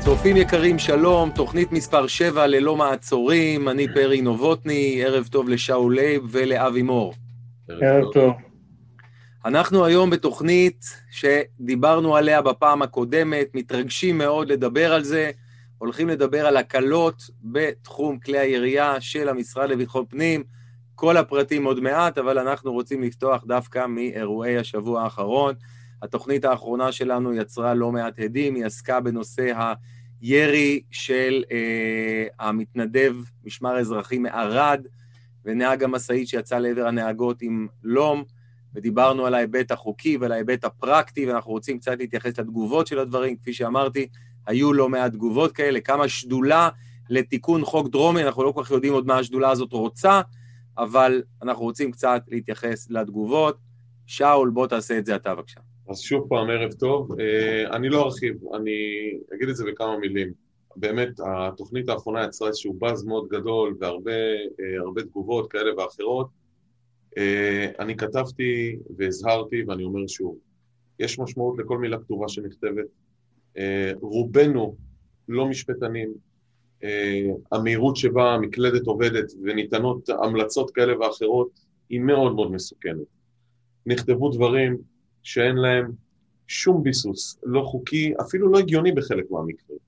צופים יקרים, שלום, תוכנית מספר 7 ללא מעצורים, אני פרי נובוטני, ערב טוב לשאול לייב ולאבי מור. ערב טוב. אנחנו היום בתוכנית שדיברנו עליה בפעם הקודמת, מתרגשים מאוד לדבר על זה, הולכים לדבר על הקלות בתחום כלי הירייה של המשרד לביטחון פנים, כל הפרטים עוד מעט, אבל אנחנו רוצים לפתוח דווקא מאירועי השבוע האחרון. התוכנית האחרונה שלנו יצרה לא מעט הדים, היא עסקה בנושא הירי של המתנדב משמר אזרחי מערד, ונהג המשאית שיצא לעבר הנהגות עם לום, ודיברנו על ההיבט החוקי ועל ההיבט הפרקטי, ואנחנו רוצים קצת להתייחס לתגובות של הדברים. כפי שאמרתי, היו לא מעט תגובות כאלה, כמה שדולה לתיקון חוק דרומי, אנחנו לא כל כך יודעים עוד מה השדולה הזאת רוצה, אבל אנחנו רוצים קצת להתייחס לתגובות. שאול, בוא תעשה את זה אתה בבקשה. אז שוב פעם, ערב טוב. אני לא ארחיב, אני אגיד את זה בכמה מילים. באמת, התוכנית האחרונה יצרה איזשהו באז מאוד גדול, והרבה תגובות כאלה ואחרות. אני כתבתי והזהרתי, ואני אומר שוב, יש משמעות לכל מילה כתובה שנכתבת. רובנו לא משפטנים, המהירות שבה המקלדת עובדת וניתנות המלצות כאלה ואחרות, היא מאוד מאוד מסוכנת. נכתבו דברים שאין להם שום ביסוס, לא חוקי, אפילו לא הגיוני בחלק מהמקרים.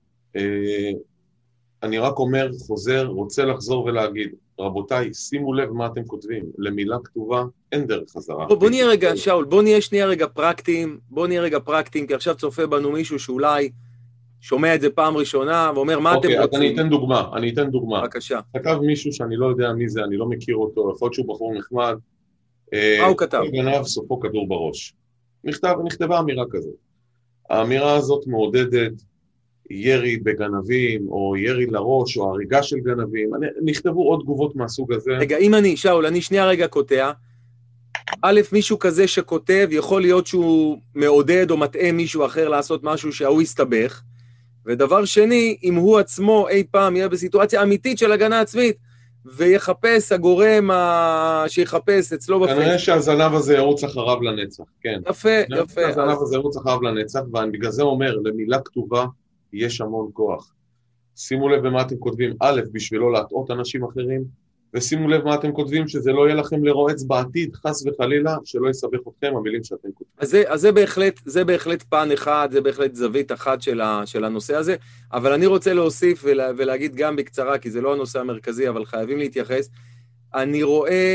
אני רק אומר, חוזר, רוצה לחזור ולהגיד, רבותיי, שימו לב מה אתם כותבים, למילה כתובה אין דרך חזרה. בוא נהיה רגע, שאול, בוא נהיה שנייה רגע פרקטיים, כי עכשיו צופה בנו מישהו שאולי שומע את זה פעם ראשונה, ואומר מה אתם רוצים. אוקיי, אני אתן דוגמה. בבקשה. כתב מישהו שאני לא יודע מי זה, אני לא מכיר אותו, יכול להיות שהוא בחור נחמד. מה הוא כתב? גנב סופו כדור בראש. נכתבה אמירה כזאת. האמירה הזאת מעודדת ירי בגנבים, או ירי לראש, או הריגה של גנבים. נכתבו עוד תגובות מהסוג הזה. רגע, אם שאול, אני שנייה רגע קוטע. א', מישהו כזה שכותב, יכול להיות שהוא מעודד או מטעה מישהו אחר לעשות משהו שהוא יסתבך. ודבר שני, אם הוא עצמו אי פעם יהיה בסיטואציה אמיתית של הגנה עצמית, ויחפש הגורם שיחפש אצלו בפייסבוק. כנראה שהזנב הזה ירוץ אחריו לנצח, כן. יפה. הזנב הזה ירוץ אחריו לנצח, ואני בגלל זה אומר, למילה כתובה יש המון כוח. שימו לב במה אתם כותבים, א', בשביל לא להטעות אנשים אחרים, ושימו לב מה אתם כותבים, שזה לא יהיה לכם לרועץ בעתיד, חס וחלילה, שלא יסבך אתכם המילים שאתם כותבים. אז זה בהחלט פן אחד, זה בהחלט זווית אחת של הנושא הזה, אבל אני רוצה להוסיף ולהגיד גם בקצרה, כי זה לא הנושא המרכזי, אבל חייבים להתייחס. אני רואה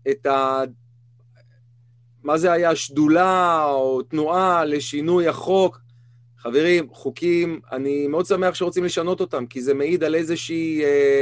מה זה היה, שדולה או תנועה לשינוי החוק. חברים, חוקים, אני מאוד שמח שרוצים לשנות אותם, כי זה מעיד על איזושהי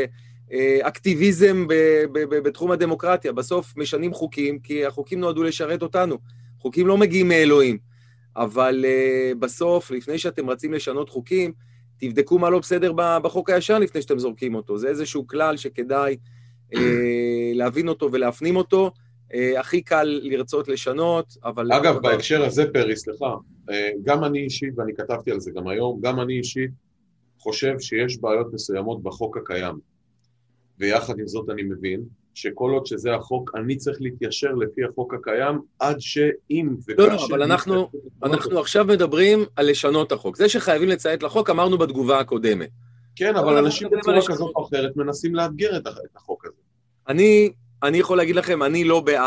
אקטיביזם בתחום הדמוקרטיה. בסוף משנים חוקים, כי החוקים נועדו לשרת אותנו. חוקים לא מגיעים מאלוהים. אבל בסוף, לפני שאתם רצים לשנות חוקים, תבדקו מה לא בסדר בחוק הישר לפני שאתם זורקים אותו. זה איזשהו כלל שכדאי להבין אותו ולהפנים אותו. הכי קל לרצות לשנות, אבל... אגב, בהקשר הזה, פרי, סליחה, גם אני אישית, ואני כתבתי על זה גם היום, גם אני אישית חושב שיש בעיות מסוימות בחוק הקיים. ויחד עם זאת אני מבין שכל עוד שזה החוק, אני צריך להתיישר לפי החוק הקיים, עד שאם וכאשר... לא, אבל אנחנו עכשיו מדברים על לשנות החוק. זה שחייבים לציית לחוק, אמרנו בתגובה הקודמת. כן, אבל אנשים בצורה כזאת או אחרת מנסים לאתגר את החוק הזה. אני יכול להגיד לכם, אני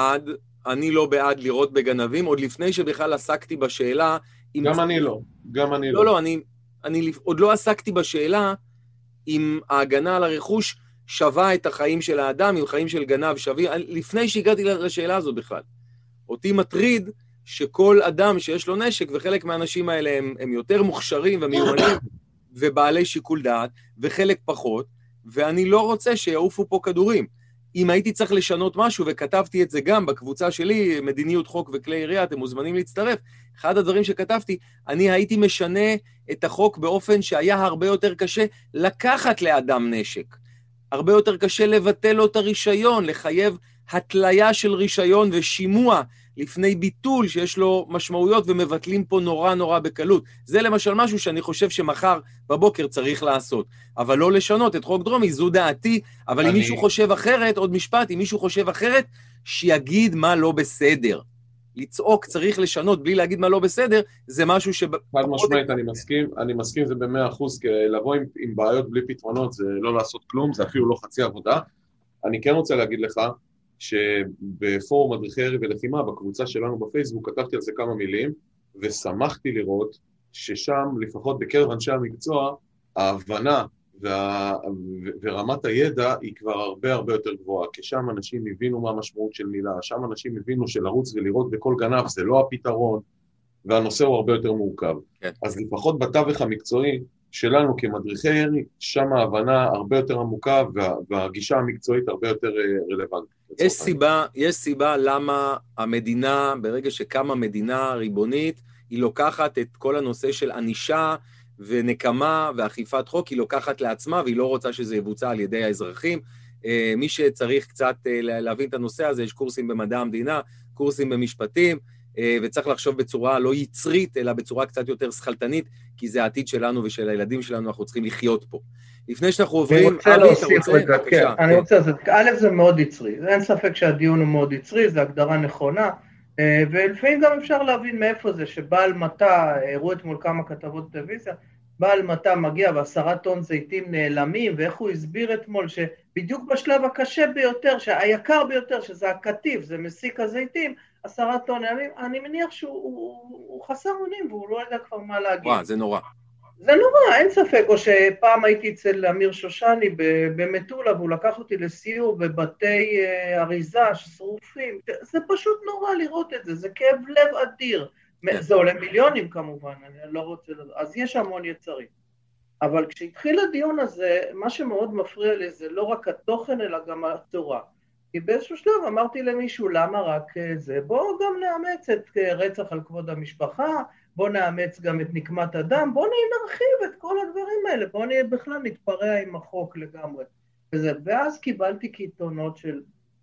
לא בעד לראות בגנבים, עוד לפני שבכלל עסקתי בשאלה... גם אני לא. לא, אני עוד לא עסקתי בשאלה אם ההגנה על הרכוש שווה את החיים של האדם, אם חיים של גנב שווים, לפני שהגעתי לשאלה הזאת בכלל. אותי מטריד שכל אדם שיש לו נשק, וחלק מהאנשים האלה הם יותר מוכשרים ומיומנים, ובעלי שיקול דעת, וחלק פחות, ואני לא רוצה שיעופו פה כדורים. אם הייתי צריך לשנות משהו, וכתבתי את זה גם בקבוצה שלי, מדיניות חוק וכלי ירייה, אתם מוזמנים להצטרף, אחד הדברים שכתבתי, אני הייתי משנה את החוק באופן שהיה הרבה יותר קשה לקחת לאדם נשק. הרבה יותר קשה לבטל לו את הרישיון, לחייב התליה של רישיון ושימוע לפני ביטול שיש לו משמעויות ומבטלים פה נורא בקלות. זה למשל משהו שאני חושב שמחר בבוקר צריך לעשות, אבל לא לשנות את חוק דרומי, זו דעתי, אבל אם מישהו חושב אחרת, עוד משפט, אם מישהו חושב אחרת, שיגיד מה לא בסדר. לצעוק, צריך לשנות, בלי להגיד מה לא בסדר, זה משהו חד משמעית, אני מסכים, זה ב100%, כי לבוא עם בעיות בלי פתרונות, זה לא לעשות כלום, זה אפילו לא חצי עבודה. אני כן רוצה להגיד לך, שבפורום מדריכי ירי ולחימה, בקבוצה שלנו בפייסבוק, כתבתי על זה כמה מילים, ושמחתי לראות ששם, לפחות בקרב אנשי המקצוע, ההבנה ורמת הידע היא כבר הרבה יותר גבוהה, כי שם אנשים הבינו מה המשמעות של מילה, שם אנשים הבינו שלרוץ ולראות בכל גנב זה לא הפתרון, והנושא הוא הרבה יותר מורכב. כן. אז לפחות בתווך המקצועי שלנו כמדריכי ירי, שם ההבנה הרבה יותר עמוקה, והגישה המקצועית הרבה יותר רלוונטית. יש סיבה למה המדינה, ברגע שקמה מדינה ריבונית, היא לוקחת את כל הנושא של ענישה ונקמה ואכיפת חוק, היא לוקחת לעצמה, והיא לא רוצה שזה יבוצע על ידי האזרחים. מי שצריך קצת להבין את הנושא הזה, יש קורסים במדע המדינה, קורסים במשפטים, וצריך לחשוב בצורה לא יצרית, אלא בצורה קצת יותר שכלתנית, כי זה העתיד שלנו ושל הילדים שלנו, אנחנו צריכים לחיות פה. לפני שאנחנו עוברים... אני רוצה להוסיף רגע, כן, אני רוצה לעשות, א' זה מאוד יצרי, אין ספק שהדיון הוא מאוד יצרי, זו הגדרה נכונה, ולפעמים גם אפשר להבין מאיפה זה, שבעל מטע, הראו אתמול כמה כתבות טלוויזיה, בעל מטע מגיע ו10 טון זיתים נעלמים, ואיך הוא הסביר אתמול שבדיוק בשלב הקשה ביותר, שהיקר ביותר, שזה הקטיף, זה מסיק הזיתים, 10 טון נעלמים, אני מניח שהוא חסר אונים, והוא לא יודע כבר מה להגיד. וואו, זה נורא. זה נורא, אין ספק, או שפעם הייתי אצל אמיר שושני במטולה, והוא לקח אותי לסיור בבתי אריזה ששרופים, זה פשוט נורא לראות את זה, זה כאב לב אדיר, זה עולה מיליונים כמובן, אני לא רוצה, אז יש המון יצרים. אבל כשהתחיל הדיון הזה, מה שמאוד מפריע לי זה לא רק התוכן, אלא גם הצורה. כי באיזשהו שלב אמרתי למישהו, למה רק זה? בואו גם נאמץ את רצח על כבוד המשפחה, בואו נאמץ גם את נקמת הדם, בואו נרחיב את כל הדברים האלה, בואו בכלל נתפרע עם החוק לגמרי. ואז קיבלתי קיתונות של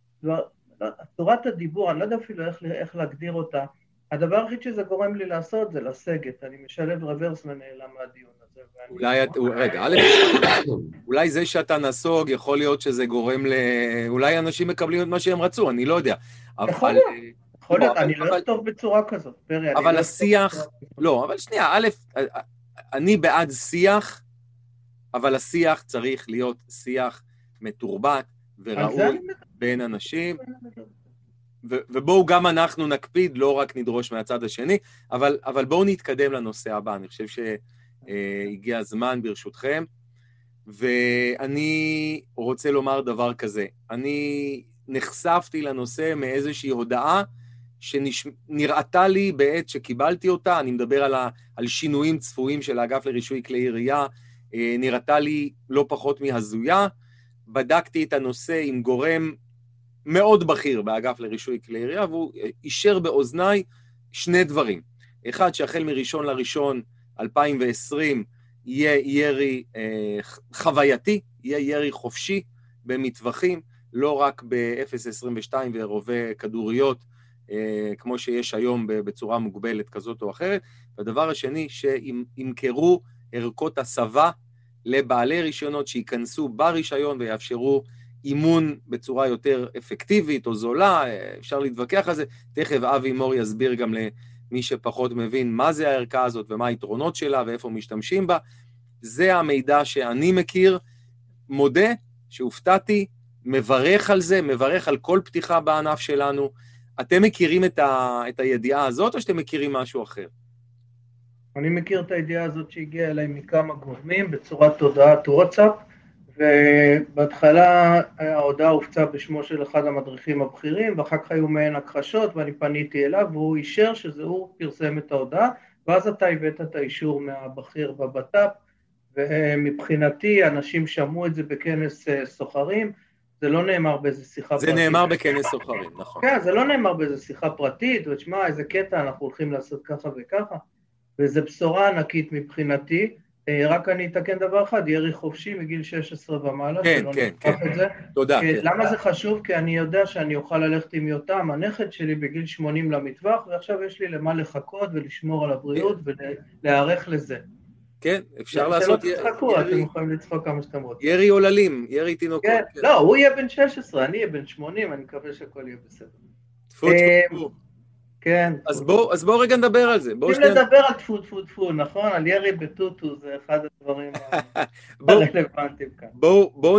צורת הדיבור, אני לא יודע אפילו איך להגדיר אותה, הדבר הכי שזה גורם לי לעשות זה לסגת, אני משלב רוורס ונעלם מהדיון הזה. רגע, אולי זה שאתה נסוג, יכול להיות שזה גורם אולי אנשים מקבלים את מה שהם רצו, אני לא יודע. יכול להיות, אני לא אכתוב בצורה כזאת, פרי. אבל השיח, לא, אבל שנייה, א', אני בעד שיח, אבל השיח צריך להיות שיח מתורבת וראוי בין אנשים, ובואו גם אנחנו נקפיד, לא רק נדרוש מהצד השני, אבל בואו נתקדם לנושא הבא, אני חושב שהגיע הזמן ברשותכם, ואני רוצה לומר דבר כזה, אני נחשפתי לנושא מאיזושהי הודעה, שנראתה לי בעת שקיבלתי אותה, אני מדבר על שינויים צפויים של האגף לרישוי כלי ירייה, נראתה לי לא פחות מהזויה, בדקתי את הנושא עם גורם מאוד בכיר באגף לרישוי כלי ירייה, והוא אישר באוזניי שני דברים. אחד, שהחל מראשון לראשון 2020 יהיה ירי חווייתי, יהיה ירי חופשי במטווחים, לא רק ב-0.22 ורובי כדוריות, כמו שיש היום בצורה מוגבלת כזאת או אחרת. והדבר השני, שימכרו ערכות הסבה לבעלי רישיונות שיכנסו ברישיון ויאפשרו אימון בצורה יותר אפקטיבית או זולה, אפשר להתווכח על זה. תכף אבי מור יסביר גם למי שפחות מבין מה זה הערכה הזאת ומה היתרונות שלה ואיפה משתמשים בה. זה המידע שאני מכיר, מודה שהופתעתי, מברך על זה, מברך על כל פתיחה בענף שלנו. אתם מכירים את הידיעה הזאת או שאתם מכירים משהו אחר? אני מכיר את הידיעה הזאת שהגיעה אליי מכמה גורמים בצורת הודעת וואטסאפ, ובהתחלה ההודעה הופצה בשמו של אחד המדריכים הבכירים, ואחר כך היו מעין הכחשות ואני פניתי אליו והוא אישר שזה הוא פרסם את ההודעה, ואז אתה הבאת את האישור מהבכיר בבט"פ, ומבחינתי אנשים שמעו את זה בכנס סוחרים, זה לא נאמר באיזה שיחה פרטית. זה נאמר בכנס סוחרים, נכון. כן, זה לא נאמר באיזה שיחה פרטית, ותשמע, איזה קטע, אנחנו הולכים לעשות ככה וככה, וזו בשורה ענקית מבחינתי, רק אני אתקן דבר אחד, ירי חופשי מגיל 16 ומעלה, כן, כן, כן. תודה. למה זה חשוב? כי אני יודע שאני אוכל ללכת עם יותם, הנכד שלי בגיל 80 למטווח, ועכשיו יש לי למה לחכות ולשמור על הבריאות ולהערך לזה. כן, אפשר לעשות... אתם יכולים לצחוק כמה שאתם רוצים. ירי עוללים, ירי תינוקות. לא, הוא יהיה בן 16, אני אהיה בן 80, אני מקווה שהכל יהיה בסדר. כן. אז בואו רגע נדבר על זה. צריכים לדבר על טפו טפו טפו, נכון? על ירי בטוטו, זה אחד הדברים הרלוונטיים כאן. בואו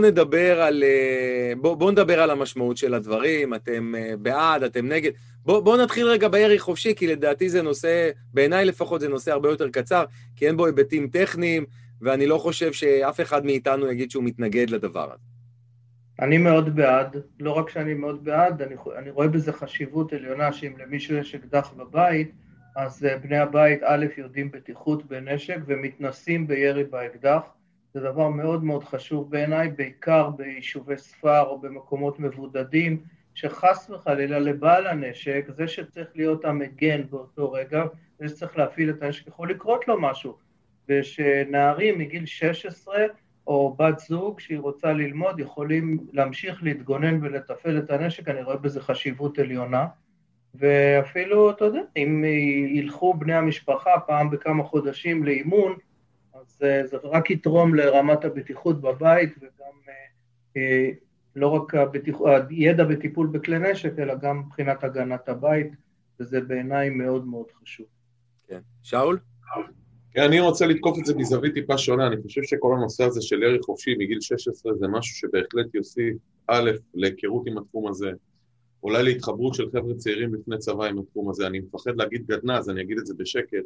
נדבר על המשמעות של הדברים, אתם בעד, אתם נגד. בואו נתחיל רגע בירי חופשי, כי לדעתי זה נושא, בעיניי לפחות זה נושא הרבה יותר קצר, כי אין בו היבטים טכניים, ואני לא חושב שאף אחד מאיתנו יגיד שהוא מתנגד לדבר הזה. אני מאוד בעד, לא רק שאני מאוד בעד, אני רואה בזה חשיבות עליונה, שאם למישהו יש אקדח בבית, אז בני הבית א' יודעים בטיחות בנשק ומתנסים בירי באקדח, זה דבר מאוד מאוד חשוב בעיניי, בעיקר ביישובי ספר או במקומות מבודדים, שחס וחלילה לבעל הנשק, זה שצריך להיות המגן באותו רגע, זה שצריך להפעיל את הנשק, יכול לקרות לו משהו, ושנערים מגיל 16, או בת זוג שהיא רוצה ללמוד, יכולים להמשיך להתגונן ולטפל את הנשק, אני רואה בזה חשיבות עליונה, ואפילו, אתה יודע, אם ילכו בני המשפחה פעם בכמה חודשים לאימון, אז זה רק יתרום לרמת הבטיחות בבית, וגם לא רק הידע בטיפול בכלי נשק, אלא גם מבחינת הגנת הבית, וזה בעיניי מאוד מאוד חשוב. כן. שאול? אני רוצה לתקוף את זה מזווית טיפה שונה, אני חושב שכל הנושא הזה של ירי חופשי מגיל 16 זה משהו שבהחלט יוסיף א', להיכרות עם התחום הזה, אולי להתחברות של חבר'ה צעירים לפני צבא עם התחום הזה, אני מפחד להגיד גדנה, אז אני אגיד את זה בשקט.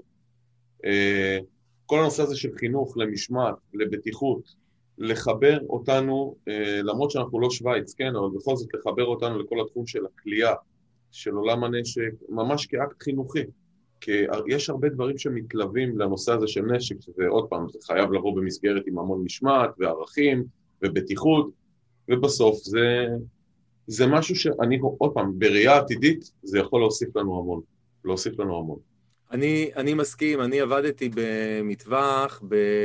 כל הנושא הזה של חינוך למשמעת, לבטיחות, לחבר אותנו, למרות שאנחנו לא שוויץ, כן, אבל בכל זאת לחבר אותנו לכל התחום של הכלייה, של עולם הנשק, ממש כאקט חינוכי. כי יש הרבה דברים שמתלווים לנושא הזה של נשק, ועוד פעם, זה חייב לבוא במסגרת עם המון משמעת וערכים ובטיחות, ובסוף זה משהו שאני, עוד פעם, בראייה עתידית, זה יכול להוסיף לנו המון. אני מסכים, אני עבדתי במטווח,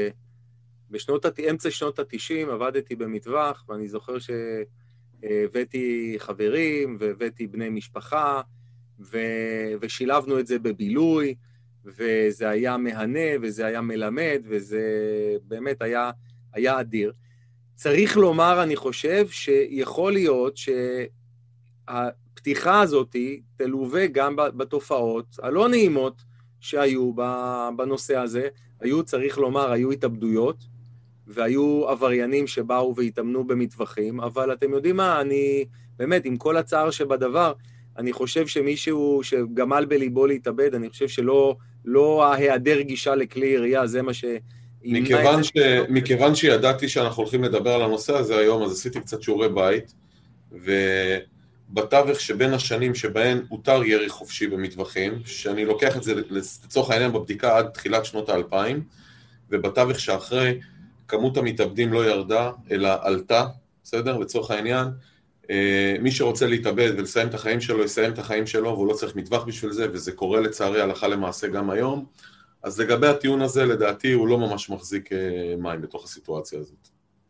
אמצע שנות ה-90 עבדתי במטווח, ואני זוכר שהבאתי חברים והבאתי בני משפחה, ושילבנו את זה בבילוי, וזה היה מהנה, וזה היה מלמד, וזה באמת היה אדיר. צריך לומר, אני חושב, שיכול להיות שהפתיחה הזאת תלווה גם בתופעות הלא נעימות שהיו בנושא הזה. צריך לומר, היו התאבדויות, והיו עבריינים שבאו והתאמנו במטווחים, אבל אתם יודעים מה, אני באמת, עם כל הצער שבדבר, אני חושב שמישהו שגמל בליבו להתאבד, אני חושב שלא ההיעדר גישה לכלי ירייה, זה מה ש... מכיוון שידעתי שאנחנו הולכים לדבר על הנושא הזה היום, אז עשיתי קצת שיעורי בית, ובתווך שבין השנים שבהן הותר ירי חופשי במטווחים, שאני לוקח את זה לצורך העניין בבדיקה עד תחילת שנות ה-2000, ובתווך שאחרי כמות המתאבדים לא ירדה, אלא עלתה, בסדר? לצורך העניין, מי שרוצה להתאבד ולסיים את החיים שלו, יסיים את החיים שלו, והוא לא צריך מטווח בשביל זה, וזה קורה לצערי הלכה למעשה גם היום. אז לגבי הטיעון הזה, לדעתי, הוא לא ממש מחזיק מים בתוך הסיטואציה הזאת.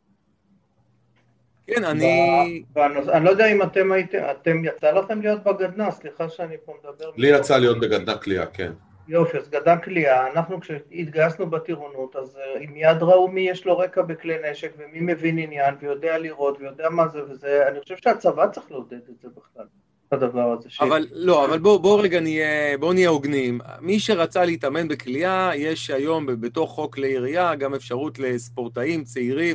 כן, אני לא יודע אם אתם יצא לכם להיות בגדנה, סליחה שאני פה מדבר. לי יצא להיות בגדנה קליעה, כן. יופי, אז גדנה קליעה, אנחנו כשהתגייסנו בטירונות, אז מיד ראו מי יש לו רקע בכלי נשק, ומי מבין עניין, ויודע לראות, ויודע מה זה, וזה, אני חושב שהצבא צריך לעודד את זה בכלל, הדבר הזה. אבל בואו נהיה הוגנים. מי שרצה להתאמן בקליעה, יש היום בתוך חוק כלי ירייה, גם אפשרות לספורטאים צעירים,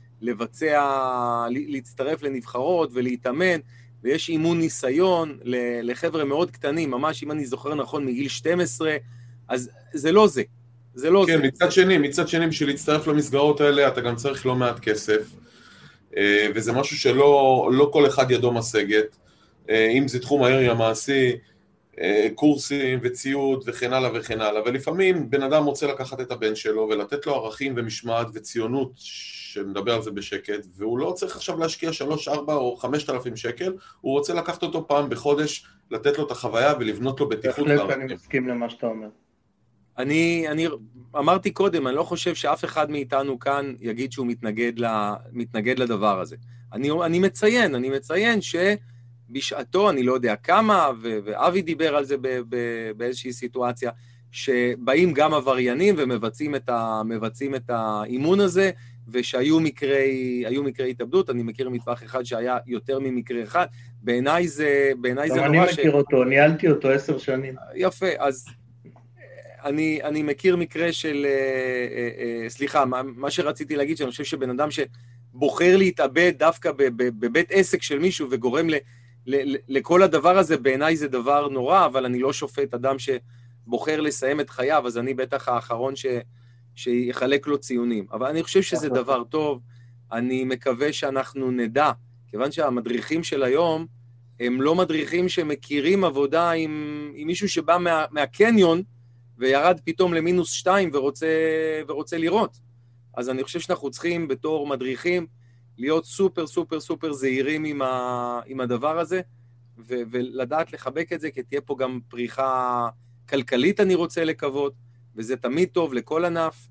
להצטרף לנבחרות ולהתאמן, ויש אימון ניסיון לחבר'ה מאוד קטנים, ממש אם אני זוכר נכון מגיל 12, אז זה לא זה. כן, מצד שני, בשביל להצטרף למסגרות האלה, אתה גם צריך לא מעט כסף, וזה משהו שלא כל אחד ידו משגת, אם זה תחום הירי המעשי, קורסים וציוד וכן הלאה וכן הלאה, ולפעמים בן אדם רוצה לקחת את הבן שלו ולתת לו ערכים ומשמעת וציונות, שנדבר על זה בשקט, והוא לא צריך עכשיו להשקיע 3, 4 או 5,000 שקל, הוא רוצה לקחת אותו פעם בחודש, לתת לו את החוויה ולבנות לו בטיחות. בהחלט אני מסכים למה שאתה אומר. אני אמרתי קודם, אני לא חושב שאף אחד מאיתנו כאן יגיד שהוא מתנגד לדבר הזה. אני מציין שבשעתו, אני לא יודע כמה, ואבי דיבר על זה באיזושהי סיטואציה, שבאים גם עבריינים ומבצעים את האימון הזה, ושהיו מקרי התאבדות. אני מכיר מטווח אחד שהיה יותר ממקרה אחד. בעיניי זה נורא אני מכיר אותו, ניהלתי אותו 10 שנים. יפה, אז אני מכיר מקרה של, סליחה, מה שרציתי להגיד, שאני חושב שבן אדם שבוחר להתאבד דווקא בבית עסק של מישהו וגורם לכל הדבר הזה, בעיניי זה דבר נורא, אבל אני לא שופט אדם שבוחר לסיים את חייו, אז אני בטח האחרון שיחלק לו ציונים. אבל אני חושב שזה דבר טוב, אני מקווה שאנחנו נדע, כיוון שהמדריכים של היום, הם לא מדריכים שמכירים עבודה עם מישהו שבא מהקניון, וירד פתאום ל-2- ורוצה לראות. אז אני חושב שאנחנו צריכים בתור מדריכים, להיות סופר סופר סופר זהירים עם הדבר הזה, ולדעת לחבק את זה, כי תהיה פה גם פריחה כלכלית אני רוצה לקוות, וזה תמיד טוב לכל ענף.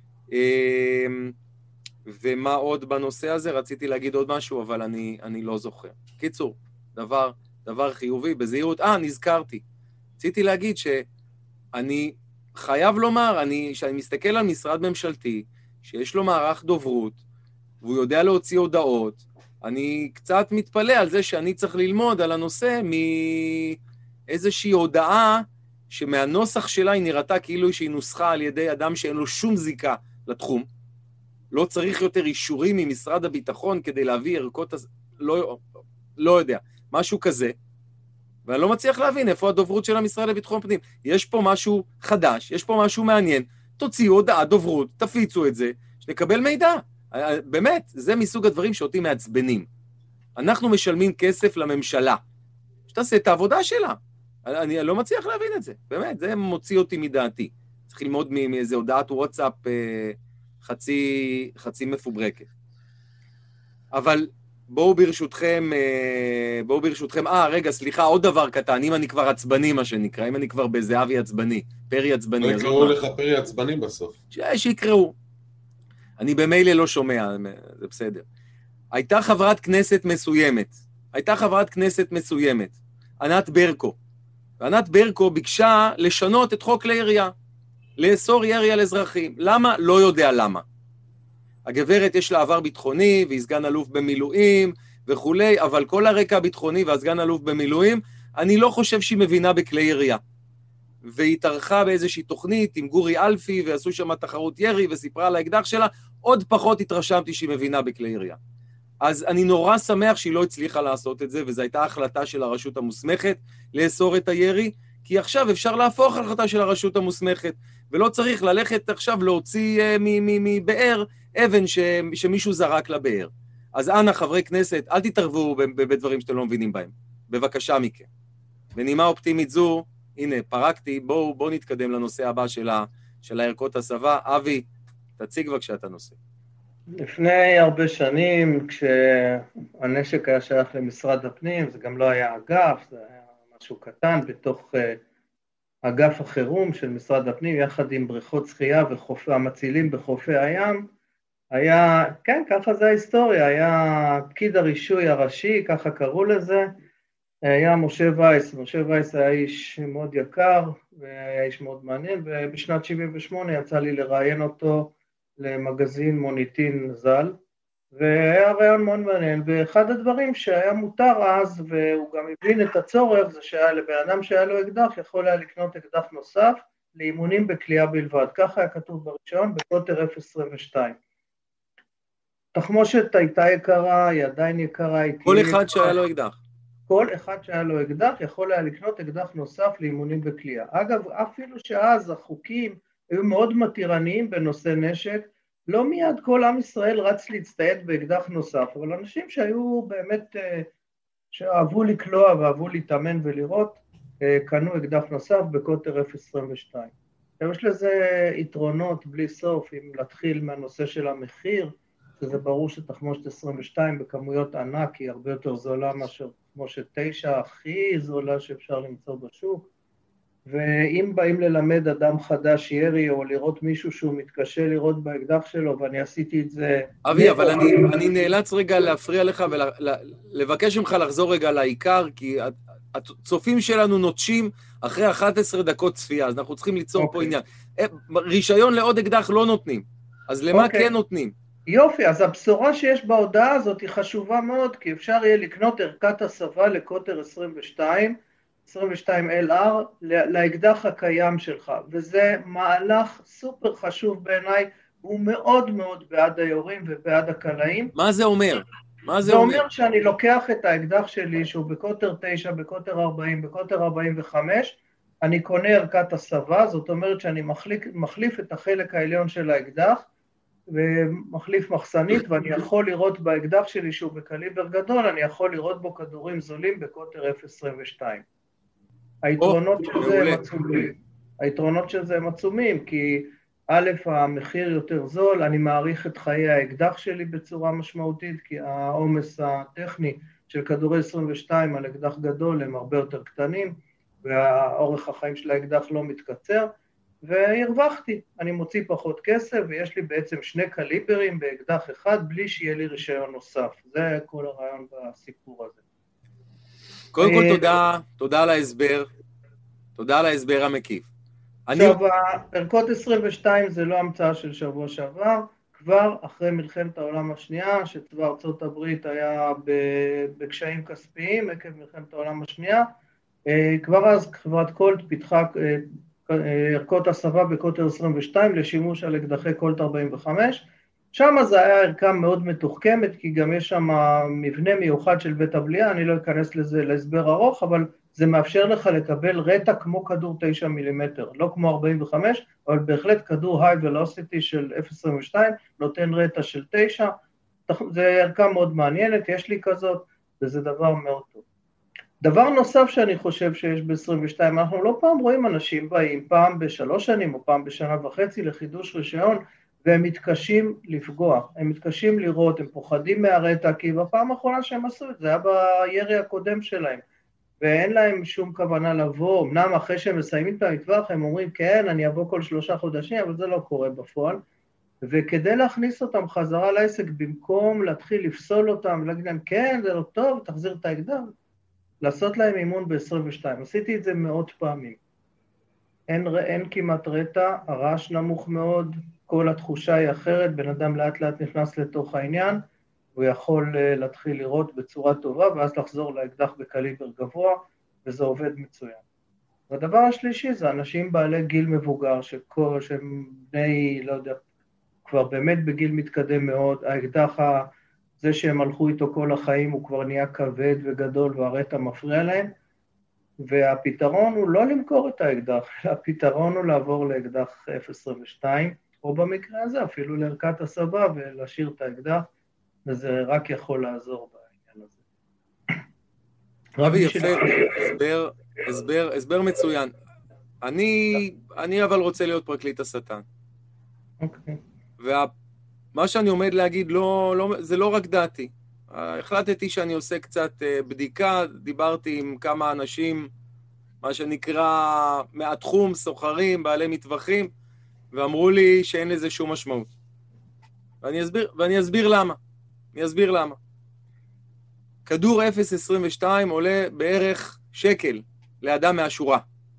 ומה עוד בנושא הזה? רציתי להגיד עוד משהו, אבל אני לא זוכר. קיצור, דבר חיובי, בזהירות. נזכרתי. רציתי להגיד שאני חייב לומר, שאני מסתכל על משרד ממשלתי, שיש לו מערך דוברות, והוא יודע להוציא הודעות, אני קצת מתפלא על זה שאני צריך ללמוד על הנושא מאיזושהי הודעה שמהנוסח שלה היא נראתה כאילו שהיא נוסחה על ידי אדם שאין לו שום זיקה לתחום. לא צריך יותר אישורים ממשרד הביטחון כדי להביא ערכות, לא יודע, משהו כזה. ואני לא מצליח להבין איפה הדוברות של המשרד לביטחון פנים. יש פה משהו חדש, יש פה משהו מעניין, תוציאו הודעה דוברות, תפיצו את זה, שנקבל מידע. באמת, זה מסוג הדברים שאותי מעצבנים. אנחנו משלמים כסף לממשלה, שתעשה את העבודה שלה. אני לא מצליח להבין את זה, באמת, זה מוציא אותי מדעתי. צריך ללמוד מאיזה הודעת וואטסאפ חצי מפוברקת. אבל בואו ברשותכם, רגע, סליחה, עוד דבר קטן, אם אני כבר עצבני, מה שנקרא, אם אני כבר בזהבי עצבני, פרי עצבני. יקראו לך פרי עצבני בסוף. שיקראו. אני במילא לא שומע, זה בסדר. הייתה חברת כנסת מסוימת, ענת ברקו, וענת ברקו ביקשה לשנות את חוק כלי ירייה, לאסור ירי על אזרחים. למה? לא יודע למה. הגברת יש לה עבר ביטחוני, והיא סגן אלוף במילואים וכולי, אבל כל הרקע הביטחוני והסגן אלוף במילואים, אני לא חושב שהיא מבינה בכלי ירייה. והיא התארחה באיזושהי תוכנית עם גורי אלפי, ועשו שם תחרות ירי, וסיפרה על האקדח שלה, עוד פחות התרשמתי שהיא מבינה בכלי ירייה. אז אני נורא שמח שהיא לא הצליחה לעשות את זה, וזו הייתה החלטה של הרשות המוסמכת לאסור את הירי, כי עכשיו אפשר להפוך החלטה של הרשות המוסמכת, ולא צריך ללכת עכשיו להוציא מבאר אבן שמישהו זרק לבאר. אז אנא, חברי כנסת, אל תתערבו בדברים שאתם לא מבינים בהם. בבקשה מכם. בנימה אופטימית זו, הנה, פרקתי, בואו נתקדם לנושא הבא של הערכות הסבה. אבי, תציג בבקשה את הנושא. לפני הרבה שנים, כשהנשק היה שייך למשרד הפנים, זה גם לא היה אגף, זה היה משהו קטן בתוך אגף החירום של משרד הפנים, יחד עם בריכות שחייה והמצילים בחופי הים, היה, כן, ככה זה ההיסטוריה, היה פקיד הרישוי הראשי, ככה קראו לזה, היה משה וייס. משה וייס היה איש מאוד יקר, והיה איש מאוד מעניין, ובשנת 78 יצא לי לראיין אותו למגזין מוניטין ז"ל, והיה רעיון מאוד מעניין, ואחד הדברים שהיה מותר אז, והוא גם הבין את הצורך, זה שהיה לבן אדם שהיה לו אקדח, יכול היה לקנות אקדח נוסף, לאימונים בקליעה בלבד. ככה היה כתוב ברישיון, בקוטר 022. תחמושת הייתה יקרה, היא עדיין יקרה. כל אחד שהיה לו אקדח. כל אחד שהיה לו אקדח יכול היה לקנות אקדח נוסף לאימונים בקליעה. אגב, אפילו שאז החוקים היו מאוד מתירניים בנושא נשק, לא מיד כל עם ישראל רץ להצטייד באקדח נוסף, אבל אנשים שהיו באמת, שאהבו לקלוע ואהבו להתאמן ולראות, קנו אקדח נוסף בקוטר 022. יש לזה יתרונות בלי סוף, אם להתחיל מהנושא של המחיר, שזה ברור שתחמושת 22 בכמויות ענק היא הרבה יותר זולה מאשר תחמושת 9, הכי זולה שאפשר למצוא בשוק, ואם באים ללמד אדם חדש ירי, או לראות מישהו שהוא מתקשה לראות באקדח שלו, ואני עשיתי את זה... אבי, אבל אני נאלץ רגע להפריע לך, ולבקש ממך לחזור רגע לעיקר, כי הצופים שלנו נוטשים אחרי 11 דקות צפייה, אז אנחנו צריכים ליצור פה עניין. רישיון לעוד אקדח לא נותנים, אז למה כן נותנים? יופי, אז הבשורה שיש בהודעה הזאת היא חשובה מאוד, כי אפשר יהיה לקנות ערכת הסבה לקוטר 22 LR לאקדח הקיים שלך, וזה מהלך סופר חשוב בעיניי, הוא מאוד מאוד בעד היורים ובעד הקלעים. מה זה אומר? זה אומר שאני לוקח את האקדח שלי שהוא בקוטר 9, בקוטר 40, בקוטר 45, אני קונה ערכת הסבה, זאת אומרת שאני מחליף את החלק העליון של האקדח, ומחליף מחסנית, ואני יכול לראות באקדח שלי שהוא בקליבר גדול, אני יכול לראות בו כדורים זולים בקוטר 0.22. היתרונות של זה הם עצומים, כי א', המחיר יותר זול, אני מעריך את חיי האקדח שלי בצורה משמעותית, כי העומס הטכני של כדורי 22 על אקדח גדול הם הרבה יותר קטנים, והאורך החיים של האקדח לא מתקצר, והרווחתי, אני מוציא פחות כסף, ויש לי בעצם 2 קליברים באקדח אחד, בלי שיהיה לי רישיון נוסף. זה כל הרעיון בסיפור הזה. קודם כל תודה על ההסבר, תודה על ההסבר המקיף. עכשיו, ערכות 22 זה לא המצאה של שבוע שעבר, כבר אחרי מלחמת העולם השנייה, שצבא ארצות הברית היה בקשיים כספיים, עקב מלחמת העולם השנייה, כבר אז חברת קולט פיתחה ערכות הסבה בקוטר 22 לשימוש על אקדחי קולט 45, שם זה היה ערכה מאוד מתוחכמת, כי גם יש שם מבנה מיוחד של בית הבליעה, אני לא אכנס לזה להסבר ארוך, אבל זה מאפשר לך לקבל רטע כמו כדור 9 מילימטר, לא כמו 45, אבל בהחלט כדור היי ולוסיטי של 0.22, נותן רטע של 9, זה ערכה מאוד מעניינת, יש לי כזאת, וזה דבר מאוד טוב. דבר נוסף שאני חושב שיש ב-22, אנחנו לא פעם רואים אנשים באים, פעם ב3 שנים או פעם בשנה וחצי לחידוש רישיון, והם מתקשים לפגוע, הם מתקשים לראות, הם פוחדים מהרטע, כי בפעם האחרונה שהם עשו את זה, היה בירי הקודם שלהם, ואין להם שום כוונה לבוא, אמנם אחרי שהם מסיימים את המטווח, הם אומרים, כן, אני אבוא כל 3 חודשים, אבל זה לא קורה בפועל, וכדי להכניס אותם חזרה לעסק, במקום להתחיל לפסול אותם, ולהגיד להם, כן, זה לא טוב, תחזיר את האקדח, לעשות להם אימון ב-22, עשיתי את זה מאות פעמים, אין כמעט רטע, הרעש נמוך מאוד, כל התחושה היא אחרת, בן אדם לאט לאט נכנס לתוך העניין, הוא יכול להתחיל לראות בצורה טובה, ואז לחזור לאקדח בקליבר גבוה, וזה עובד מצוין. והדבר השלישי זה אנשים בעלי גיל מבוגר, שהם בני, לא יודע, כבר באמת בגיל מתקדם מאוד, האקדח זה שהם הלכו איתו כל החיים, הוא כבר נהיה כבד וגדול, והרטע מפריע להם, והפתרון הוא לא למכור את האקדח, אלא הפתרון הוא לעבור לאקדח 0.22, או במקרה הזה אפילו לערכת הסבה ולהשאיר את האקדח, וזה רק יכול לעזור בעניין הזה. רבי, יפה, הסבר מצוין. אני אבל רוצה להיות פרקליט השטן. אוקיי. ומה שאני עומד להגיד, זה לא רק דעתי. החלטתי שאני עושה קצת בדיקה, דיברתי עם כמה אנשים, מה שנקרא מהתחום, סוחרים, בעלי מטווחים, ואמרו לי שאין לזה שום משמעות. ואני אסביר למה. כדור 0.22 עולה בערך שקל לאדם מהשורה.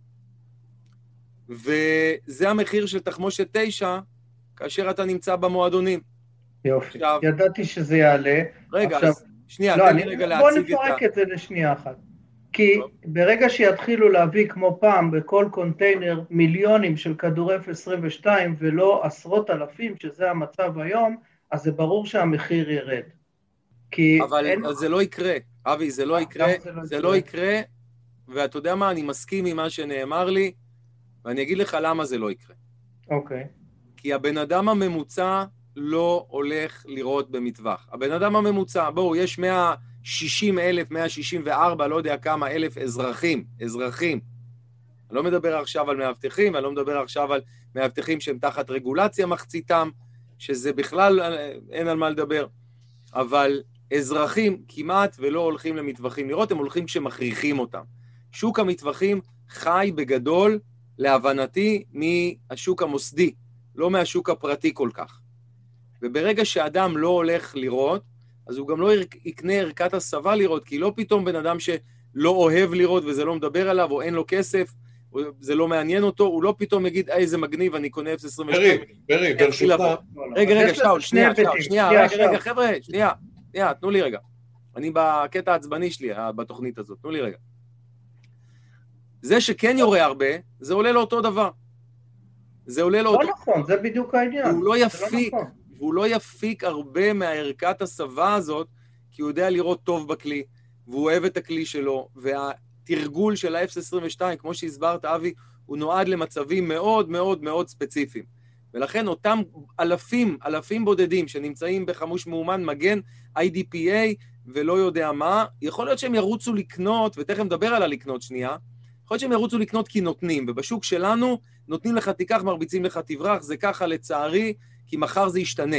וזה המחיר של תחמושת 9, כאשר אתה נמצא במועדונים. יופי, עכשיו, ידעתי שזה יעלה. רגע, עכשיו, אז שנייה, לא, תן לי רגע להציג בוא נפרק את זה לשנייה אחת. כי ברגע שיתחילו להביא כמו פעם בכל קונטיינר מיליונים של כדור 0.22 ולא עשרות אלפים, שזה המצב היום, אז זה ברור שהמחיר ירד. אבל זה לא יקרה, אבי, זה לא יקרה, ואתה יודע מה, אני מסכים עם מה שנאמר לי, ואני אגיד לך למה זה לא יקרה. אוקיי. כי הבן אדם הממוצע לא הולך לראות במטווח. הבן אדם הממוצע, בואו, יש 160,000, 164, לא יודע כמה אלף אזרחים. אני לא מדבר עכשיו על מאבטחים, אני לא מדבר עכשיו על מאבטחים שהם תחת רגולציה מחציתם, שזה בכלל אין על מה לדבר. אבל אזרחים כמעט ולא הולכים למטווחים לראות, הם הולכים כשמכריחים אותם. שוק המטווחים חי בגדול, להבנתי, מהשוק המוסדי, לא מהשוק הפרטי כל כך. וברגע שאדם לא הולך לראות, אז הוא גם לא יקנה ערכת הסבה לראות, כי לא פתאום בן אדם שלא אוהב לראות וזה לא מדבר עליו, או אין לו כסף, זה לא מעניין אותו, הוא לא פתאום יגיד, איזה מגניב, אני קונה F22. ברי, ברשותך. רגע, שאול, שנייה, חבר'ה, שנייה, תנו לי רגע. אני בקטע העצבני שלי, בתוכנית הזאת, תנו לי רגע. זה שכן יורה הרבה, זה עולה לו אותו דבר. זה עולה לו אותו. לא נכון, זה בדיוק העניין. והוא לא יפיק הרבה מהערכת הסבה הזאת, כי הוא יודע לראות טוב בכלי, והוא אוהב את הכלי שלו, והתרגול של ה-F22, כמו שהסברת, אבי, הוא נועד למצבים מאוד מאוד מאוד ספציפיים. ולכן אותם אלפים בודדים שנמצאים בחמוש מאומן מגן IDPA ולא יודע מה, יכול להיות שהם ירוצו לקנות, ותכף נדבר על הלקנות שנייה, יכול להיות שהם ירוצו לקנות כי נותנים, ובשוק שלנו נותנים לך תיקח, מרביצים לך תברח, זה ככה לצערי, כי מחר זה ישתנה.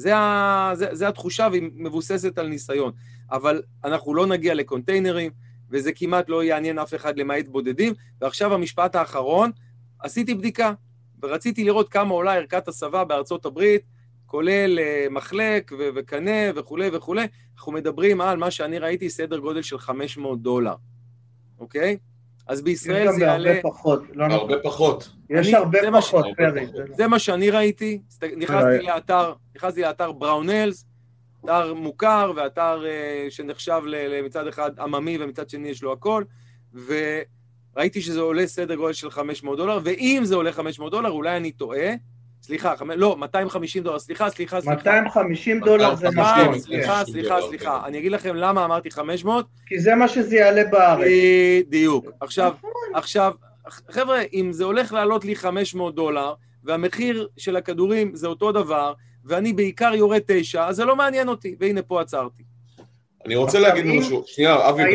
זה התחושה והיא מבוססת על ניסיון. אבל אנחנו לא נגיע לקונטיינרים, וזה כמעט לא יעניין אף אחד למעט בודדים, ועכשיו המשפט האחרון, עשיתי בדיקה, ורציתי לראות כמה עולה ערכת הסבה בארצות הברית, כולל מחלק וקנה וכו' וכו'. אנחנו מדברים על מה שאני ראיתי, סדר גודל של $500, אוקיי? אז בישראל זה יעלה... הרבה פחות. יש הרבה פחות, פרי. זה מה שאני ראיתי, נכנסתי לאתר בראונלס, אתר מוכר ואתר שנחשב מצד אחד עממי ומצד שני יש לו הכל, וראיתי שזה עולה סדר גודל של $500, ואם זה עולה $500, אולי אני טועה, סליחה, לא, $250, סליחה. $250 זה נכון. סליחה, אני אגיד לכם למה אמרתי 500. כי זה מה שזה יעלה בארץ. בדיוק. עכשיו, חבר'ה, אם זה הולך לעלות לי $500, והמחיר של הכדורים זה אותו דבר, ואני בעיקר יורד 9, אז זה לא מעניין אותי, והנה פה עצרתי. אני רוצה להגיד משהו, שנייה, אבי,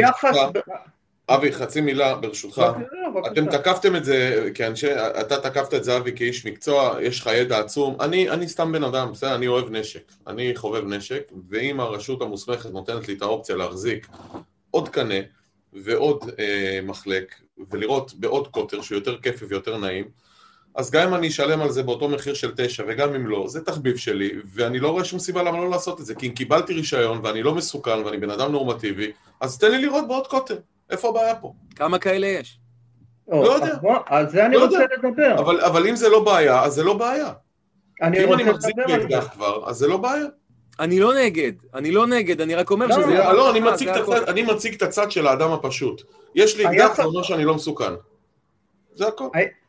אבי, חצי מילה ברשותך. אתם תקפתם את זה, אתה תקפת את זה, אבי, כאיש מקצוע, יש לך ידע עצום. אני סתם בן אדם, בסדר, אני אוהב נשק, אני חובב נשק, ואם הרשות המוסמכת נותנת לי את האופציה להחזיק עוד קנה ועוד מחלק, ולראות בעוד קוטר שיותר כיפי ויותר נעים, אז גם אם אני אשלם על זה באותו מחיר של 9, וגם אם לא, זה תחביב שלי, ואני לא רואה שום סיבה למה לא לעשות את זה, כי אם קיבלתי רישיון ואני לא מסוכן ואני בן אדם נורמטיבי, אז תן לי לראות בעוד קוטר. איפה הבעיה פה? כמה כאלה יש? לא יודע. על זה אני רוצה לדבר. אבל אם זה לא בעיה, אז זה לא בעיה. כי אם אני מחזיק באקדח כבר, אז זה לא בעיה. אני לא נגד, אני רק אומר שזה... לא, אני מציג את הצד של האדם הפשוט. יש לי אקדח, זה אומר שאני לא מסוכן. זה הכל.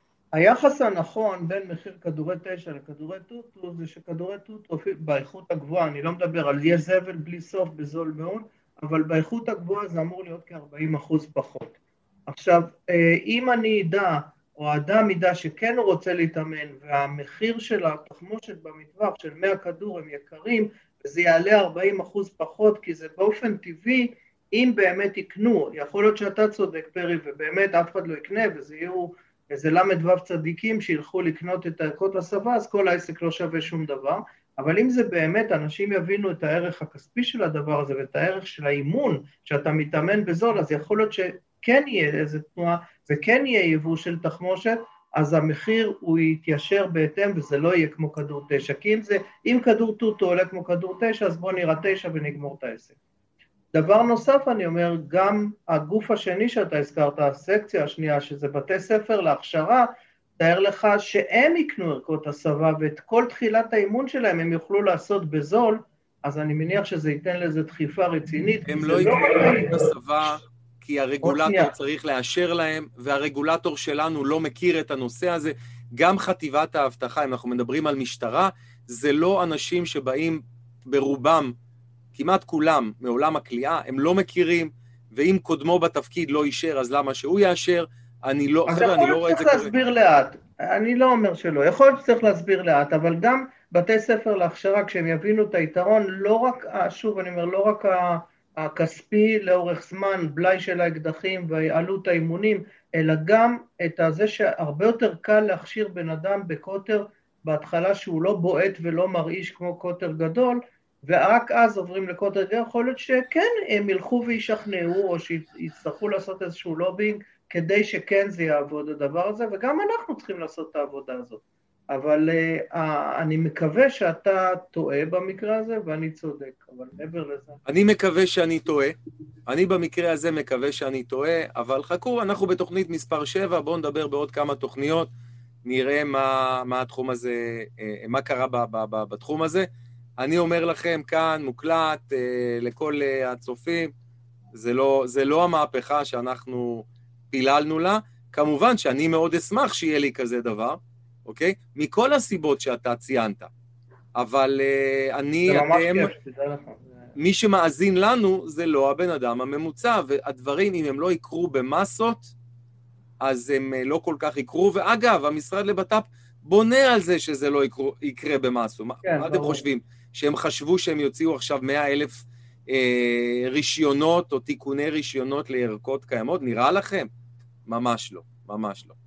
היחס הנכון בין מחיר כדורי 9 לכדורי טוטו, זה שכדורי טוטו באיכות הגבוהה, אני לא מדבר על יש זבל בלי סוף בזול מאוד, אבל באיכות הגבוהה זה אמור להיות כ-40% פחות. עכשיו, אם אני אדע, או האדם ידע שכן הוא רוצה להתאמן, והמחיר של התחמושת במטווח של 100 כדור הם יקרים, וזה יעלה 40% פחות, כי זה באופן טבעי, אם באמת יקנו, יכול להיות שאתה צודק פרי, ובאמת אף אחד לא יקנה, וזה יהיו איזה למד צדיקים שילכו לקנות את הערכות הסבה, אז כל העסק לא שווה שום דבר, אבל אם זה באמת, אנשים יבינו את הערך הכספי של הדבר הזה, ואת הערך של האימון, שאתה מתאמן בזול, אז יכול להיות שכן יהיה איזה תנועה, וכן יהיה יבוא של תחמושת, אז המחיר הוא יתיישר בהתאם, וזה לא יהיה כמו כדור 9, כי אם כדור טוטו עולה כמו כדור 9, אז בוא נראה 9 ונגמור את העסק. דבר נוסף אני אומר, גם הגוף השני שאתה הזכרת, הסקציה השנייה, שזה בתי ספר להכשרה, תאר לך שהם יקנו ערכות הסבה, ואת כל תחילת האימון שלהם הם יוכלו לעשות בזול, אז אני מניח שזה ייתן לזה דחיפה רצינית. הם לא יקנו ערכות הסבה, כי הרגולטור צריך לאשר להם, והרגולטור שלנו לא מכיר את הנושא הזה. גם חטיבת האבטחה, אם אנחנו מדברים על משטרה, זה לא אנשים שבאים ברובם, כמעט כולם מעולם הכלייה, הם לא מכירים, ואם קודמו בתפקיד לא אישר, אז למה שהוא יאשר? אני לא רואה את זה קורה. אז יכול להיות שצריך להסביר לאט, אני לא אומר שלא, יכול להיות שצריך להסביר לאט, אבל גם בתי ספר להכשרה, כשהם יבינו את היתרון, לא רק, שוב אני אומר, לא רק הכספי לאורך זמן, בלי של האקדחים ועלות האימונים, אלא גם את זה שהרבה יותר קל להכשיר בן אדם בקוטר, בהתחלה שהוא לא בועט ולא מרעיש כמו קוטר גדול, ורק אז עוברים לקוטר גדול, יכול להיות שכן הם ילכו וישכנעו, או שיצטרכו לעשות איזשהו לובינג, כדי שכן זה יעבוד הדבר הזה, וגם אנחנו צריכים לעשות את העבודה הזאת. אבל אני מקווה שאתה טועה במקרה הזה, ואני צודק, אבל מעבר לזה. אני מקווה שאני טועה, אני במקרה הזה מקווה שאני טועה, אבל חכו, אנחנו בתוכנית מספר 7, בואו נדבר בעוד כמה תוכניות, נראה מה התחום הזה, מה קרה בתחום הזה. אני אומר לכם כאן, מוקלט, לכל הצופים, זה לא המהפכה שאנחנו פיללנו לה, כמובן שאני מאוד אשמח שיהיה לי כזה דבר, אוקיי? מכל הסיבות שאתה ציינת, אבל מי שמאזין לנו זה לא הבן אדם הממוצע, והדברים אם הם לא יקרו במסות, אז הם לא כל כך יקרו, ואגב, המשרד לבט"פ בונה על זה שזה לא יקרה במסות. מה אתם חושבים? שהם חשבו שהם יוציאו עכשיו 100,000 רישיונות או תיקוני רישיונות לערכות קיימות? נראה לכם? ממש לא, ממש לא.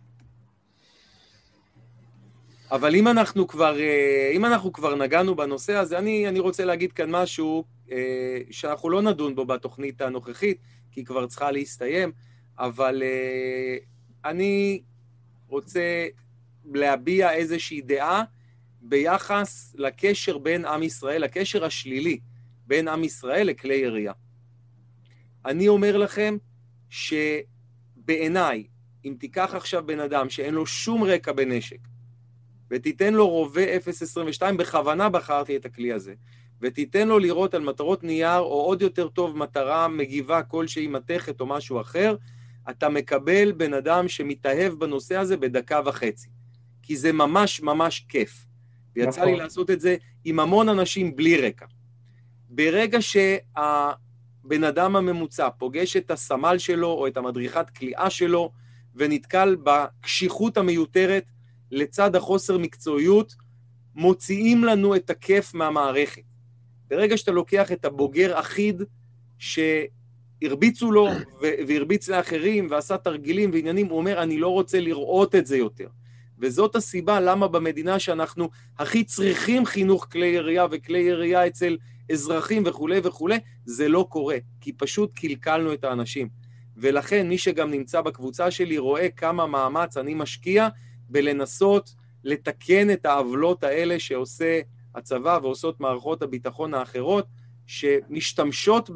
אבל אם אנחנו כבר נגענו בנושא הזה, אני רוצה להגיד כאן משהו שאנחנו לא נדון בו בתוכנית הנוכחית, כי כבר צריכה להסתיים, אבל אני רוצה להביע איזושהי דעה ביחס לקשר בין עם ישראל, לקשר השלילי בין עם ישראל לכלי ירייה. אני אומר לכם שבעיניי, אם תיקח עכשיו בן אדם שאין לו שום רקע בנשק, ותיתן לו רובה 0.22, בכוונה בחרתי את הכלי הזה, ותיתן לו לראות על מטרות נייר, או עוד יותר טוב, מטרה מגיבה כלשהי מתכת או משהו אחר, אתה מקבל בן אדם שמתאהב בנושא הזה בדקה וחצי. כי זה ממש ממש כיף. ויצא לי לעשות את זה עם המון אנשים בלי רקע. ברגע שהבן אדם הממוצע פוגש את הסמל שלו, או את המדריכת כליאה שלו, ונתקל בקשיחות המיותרת, לצד החוסר מקצועיות, מוציאים לנו את הכיף מהמערכת. ברגע שאתה לוקח את הבוגר אחיד, שהרביצו לו והרביץ לאחרים, ועשה תרגילים ועניינים, הוא אומר, אני לא רוצה לראות את זה יותר. וזאת הסיבה למה במדינה שאנחנו הכי צריכים חינוך כלי ירייה, וכלי ירייה אצל אזרחים וכו' וכו', זה לא קורה, כי פשוט קלקלנו את האנשים. ולכן מי שגם נמצא בקבוצה שלי רואה כמה מאמץ אני משקיע, בלנסות לתקן את העוולות האלה שעושה הצבא ועושות מערכות הביטחון האחרות, שמשתמשות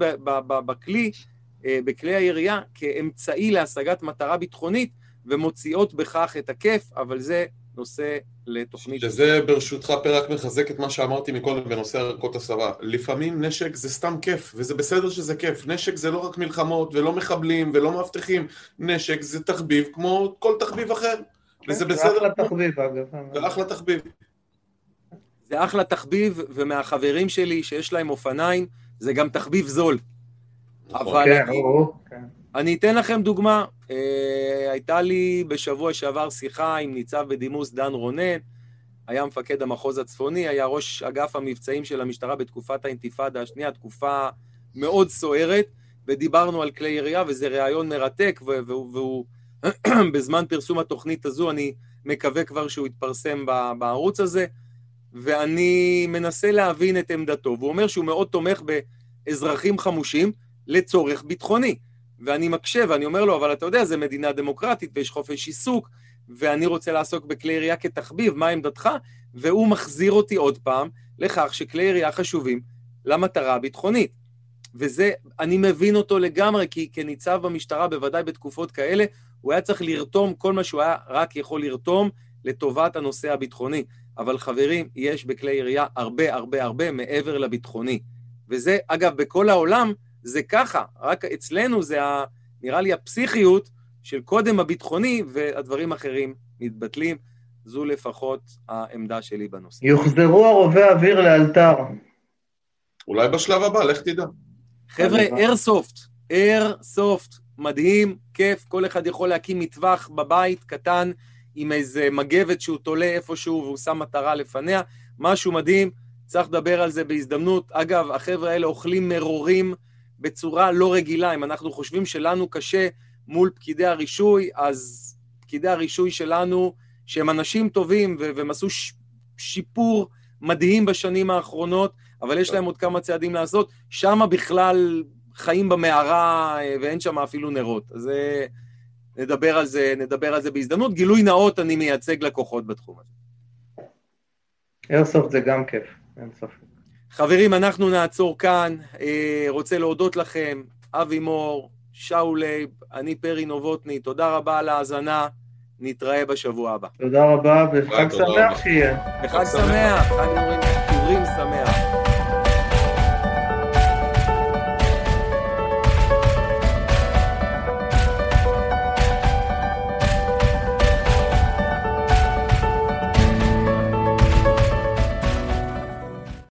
בכלי הירייה כאמצעי להשגת מטרה ביטחונית, ומוציאות בכך את הכיף, אבל זה נושא לתוכנית. שזה ברשותך פרק מחזק את מה שאמרתי מקודם בנושא ערכות הסבה. לפעמים נשק זה סתם כיף, וזה בסדר שזה כיף. נשק זה לא רק מלחמות ולא מחבלים ולא מאבטחים. נשק זה תחביב כמו כל תחביב אחר. וזה בסדר. זה אחלה תחביב, אגב. זה אחלה תחביב. זה אחלה תחביב, ומהחברים שלי שיש להם אופניים, זה גם תחביב זול. אבל אני אתן לכם דוגמה. הייתה לי בשבוע שעבר שיחה עם ניצב בדימוס דן רונן, היה מפקד המחוז הצפוני, היה ראש אגף המבצעים של המשטרה בתקופת האינתיפאדה השנייה, תקופה מאוד סוערת, ודיברנו על כלי ירייה, וזה רעיון מרתק, והוא בזמן פרסום התוכנית הזו, אני מקווה כבר שהוא יתפרסם בערוץ הזה, ואני מנסה להבין את עמדתו, והוא אומר שהוא מאוד תומך באזרחים חמושים לצורך ביטחוני, ואני מקשה, ואני אומר לו, אבל אתה יודע, זה מדינה דמוקרטית, ויש חופש עיסוק, ואני רוצה לעסוק בכלי ירייה כתחביב, מה עמדתך? והוא מחזיר אותי עוד פעם לכך שכלי ירייה חשובים למטרה הביטחונית. וזה, אני מבין אותו לגמרי, כי כניצב במשטרה, בוודאי בתקופות כאלה, הוא היה צריך לרתום כל מה שהוא היה רק יכול לרתום לטובת הנושא הביטחוני. אבל חברים, יש בכלי ירייה הרבה הרבה הרבה מעבר לביטחוני. וזה, אגב, בכל העולם זה ככה, רק אצלנו זה נראה לי הפסיכיות של קודם הביטחוני, והדברים אחרים מתבטלים. זו לפחות העמדה שלי בנושא. יוחזרו הרובי האוויר לאלתר. אולי בשלב הבא, לך תדע. חבר'ה, איירסופט, מדהים, כיף, כל אחד יכול להקים מטווח בבית קטן, עם איזה מגבת שהוא תולה איפשהו, והוא שם מטרה לפניה, משהו מדהים, צריך לדבר על זה בהזדמנות. אגב, החבר'ה האלה אוכלים מרורים בצורה לא רגילה, אם אנחנו חושבים שלנו קשה מול פקידי הרישוי, אז פקידי הרישוי שלנו, שהם אנשים טובים, והם עשו שיפור מדהים בשנים האחרונות, אבל יש להם עוד כמה צעדים לעשות, שם בכלל חיים במערה, ואין שם אפילו נרות. אז נדבר על זה בהזדמנות. גילוי נאות, אני מייצג לקוחות בתחום הזה. איירסופט זה גם כיף, אין ספק. חברים, אנחנו נעצור כאן. רוצה להודות לכם, אבי מור, שאול לייב, אני פרי נובוטני, תודה רבה על ההאזנה, נתראה בשבוע הבא. תודה רבה, וחג שמח שיהיה. וחג שמח, חג נורים.